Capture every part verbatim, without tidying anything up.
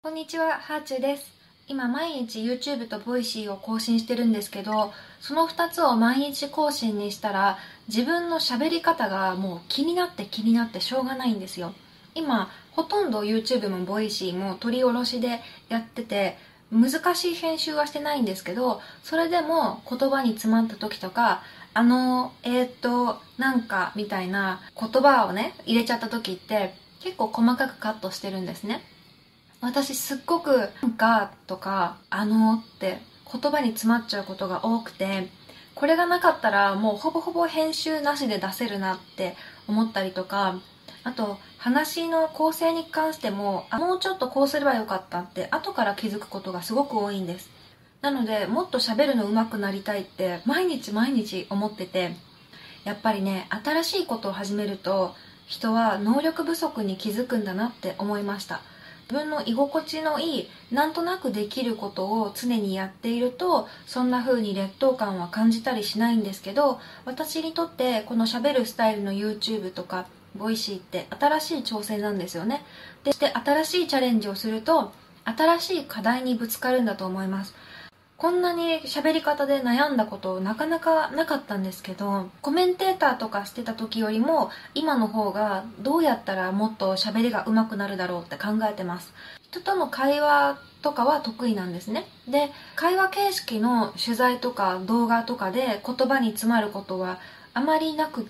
こんにちは、ハーチューです。今毎日 YouTube と Voicy を更新してるんですけど、そのふたつを毎日更新にしたら、自分の喋り方がもう気になって気になってしょうがないんですよ。今、ほとんど YouTube も Voicy も取り下ろしでやってて、難しい編集はしてないんですけど、それでも言葉に詰まった時とか、あの、えーっと、なんかみたいな言葉をね、入れちゃった時って結構細かくカットしてるんですね。私すっごくなんかとかあのって言葉に詰まっちゃうことが多くて、これがなかったらもうほぼほぼ編集なしで出せるなって思ったりとか、あと話の構成に関してもあもうちょっとこうすればよかったって後から気づくことがすごく多いんです。なのでもっと喋るの上手くなりたいって毎日毎日思ってて、やっぱりね、新しいことを始めると人は能力不足に気づくんだなって思いました。自分の居心地のいい、なんとなくできることを常にやっていると、そんな風に劣等感は感じたりしないんですけど、私にとってこの喋るスタイルの YouTube とかボイシーって新しい挑戦なんですよね。でして新しいチャレンジをすると新しい課題にぶつかるんだと思います。こんなに喋り方で悩んだことなかなかなかったんですけど、コメンテーターとかしてた時よりも今の方がどうやったらもっと喋りが上手くなるだろうって考えてます。人との会話とかは得意なんですね。で、会話形式の取材とか動画とかで言葉に詰まることはあまりなくって、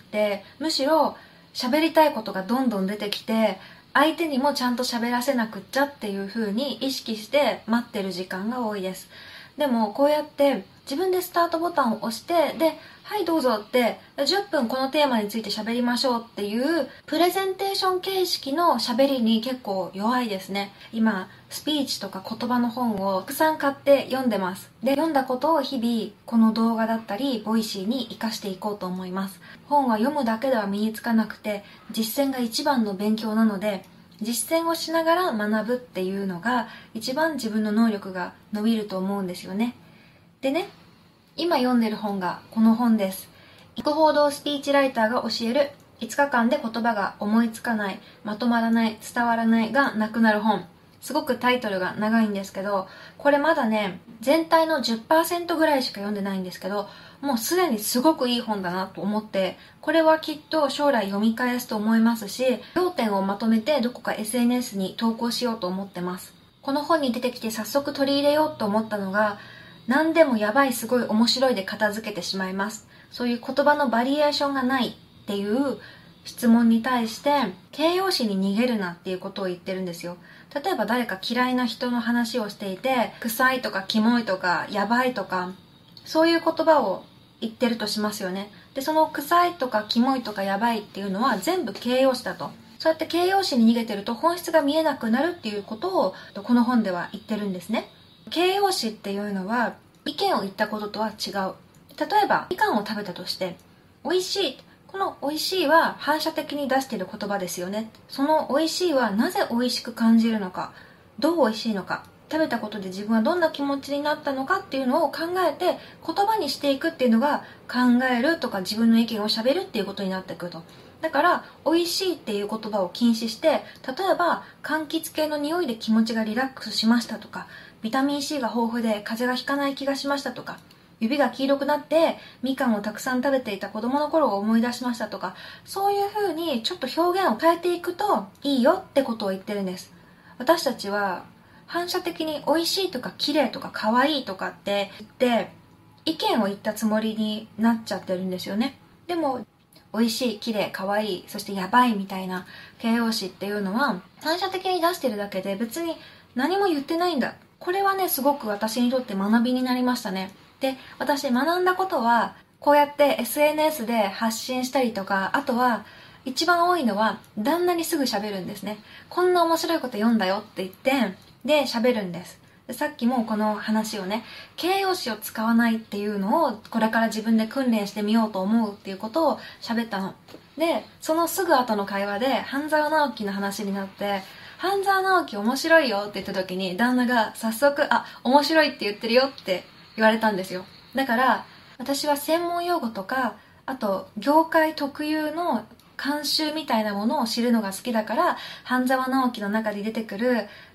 むしろ喋りたいことがどんどん出てきて、相手にもちゃんと喋らせなくっちゃっていう風に意識して待ってる時間が多いです。でもこうやって自分でスタートボタンを押して、で、はいどうぞって、じゅっぷんこのテーマについて喋りましょうっていうプレゼンテーション形式の喋りに結構弱いですね。今、スピーチとか言葉の本をたくさん買って読んでます。で、読んだことを日々この動画だったり、ボイシーに活かしていこうと思います。本は読むだけでは身につかなくて、実践が一番の勉強なので、実践をしながら学ぶっていうのが一番自分の能力が伸びると思うんですよね。でね、今読んでる本がこの本です。育報堂スピーチライターが教えるいつかかんで言葉が思いつかない、まとまらない、伝わらないがなくなる本。すごくタイトルが長いんですけど、これまだね、全体のじゅっパーセントぐらいしか読んでないんですけど、もうすでにすごくいい本だなと思って、これはきっと将来読み返すと思いますし、要点をまとめてどこか エスエヌエス に投稿しようと思ってます。この本に出てきて早速取り入れようと思ったのが、何でもやばいすごい面白いで片付けてしまいます。そういう言葉のバリエーションがないっていう質問に対して形容詞に逃げるなっていうことを言ってるんですよ。例えば誰か嫌いな人の話をしていて、臭いとかキモいとかやばいとかそういう言葉を言ってるとしますよね。で、その臭いとかキモいとかやばいっていうのは全部形容詞だと。そうやって形容詞に逃げてると本質が見えなくなるっていうことをこの本では言ってるんですね。形容詞っていうのは意見を言ったこととは違う。例えばみかんを食べたとして美味しい、この美味しいは反射的に出している言葉ですよね。その美味しいはなぜ美味しく感じるのか、どう美味しいのか、食べたことで自分はどんな気持ちになったのかっていうのを考えて言葉にしていくっていうのが、考えるとか自分の意見をしゃべるっていうことになってくると。だから美味しいっていう言葉を禁止して、例えば柑橘系の匂いで気持ちがリラックスしましたとか、ビタミン C が豊富で風邪がひかない気がしましたとか、指が黄色くなってみかんをたくさん食べていた子供の頃を思い出しましたとか、そういう風にちょっと表現を変えていくといいよってことを言ってるんです。私たちは反射的に美味しいとか綺麗とか可愛いとかって言って意見を言ったつもりになっちゃってるんですよね。でも美味しい、綺麗、可愛い、そしてやばいみたいな形容詞っていうのは反射的に出してるだけで別に何も言ってないんだ。これはね、すごく私にとって学びになりましたね。で、私学んだことはこうやって エスエヌエス で発信したりとか、あとは一番多いのは旦那にすぐ喋るんですね。こんな面白いこと読んだよって言ってで喋るんです。でさっきもこの話をね、形容詞を使わないっていうのをこれから自分で訓練してみようと思うっていうことを喋ったので、そのすぐ後の会話で半沢直樹の話になって、半沢直樹面白いよって言った時に旦那が早速あ面白いって言ってるよって言われたんですよ。だから私は専門用語とか、あと業界特有の慣習みたいなものを知るのが好きだから、半沢直樹の中で出てくる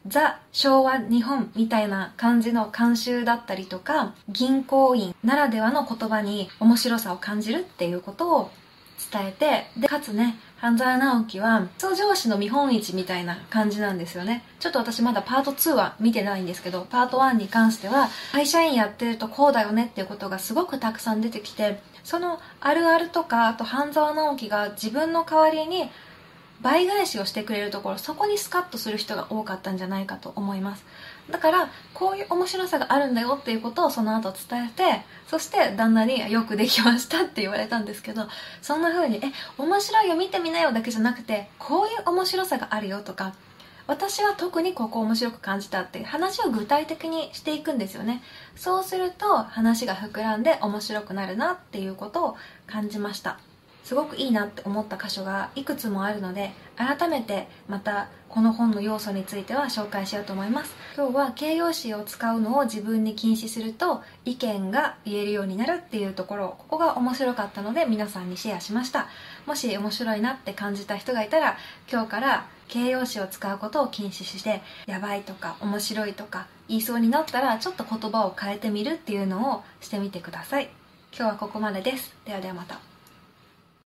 ザ・昭和日本みたいな感じの慣習だったりとか、銀行員ならではの言葉に面白さを感じるっていうことを伝えて、でかつね、半沢直樹はクソ上司の見本市みたいな感じなんですよね。ちょっと私まだパートツーは見てないんですけど、パートワンに関しては会社員やってるとこうだよねっていうことがすごくたくさん出てきて、そのあるあるとか、あと半沢直樹が自分の代わりに倍返しをしてくれるところ、そこにスカッとする人が多かったんじゃないかと思います。だからこういう面白さがあるんだよっていうことをその後伝えて、そして旦那によくできましたって言われたんですけど、そんな風にえ面白いよ見てみなよだけじゃなくて、こういう面白さがあるよとか、私は特にここ面白く感じたっていう話を具体的にしていくんですよね。そうすると話が膨らんで面白くなるなっていうことを感じました。すごくいいなって思った箇所がいくつもあるので、改めてまたこの本の要素については紹介しようと思います。今日は形容詞を使うのを自分に禁止すると意見が言えるようになるっていうところ、ここが面白かったので皆さんにシェアしました。もし面白いなって感じた人がいたら、今日から形容詞を使うことを禁止して、やばいとか面白いとか言いそうになったらちょっと言葉を変えてみるっていうのをしてみてください。今日はここまでです。ではではまた。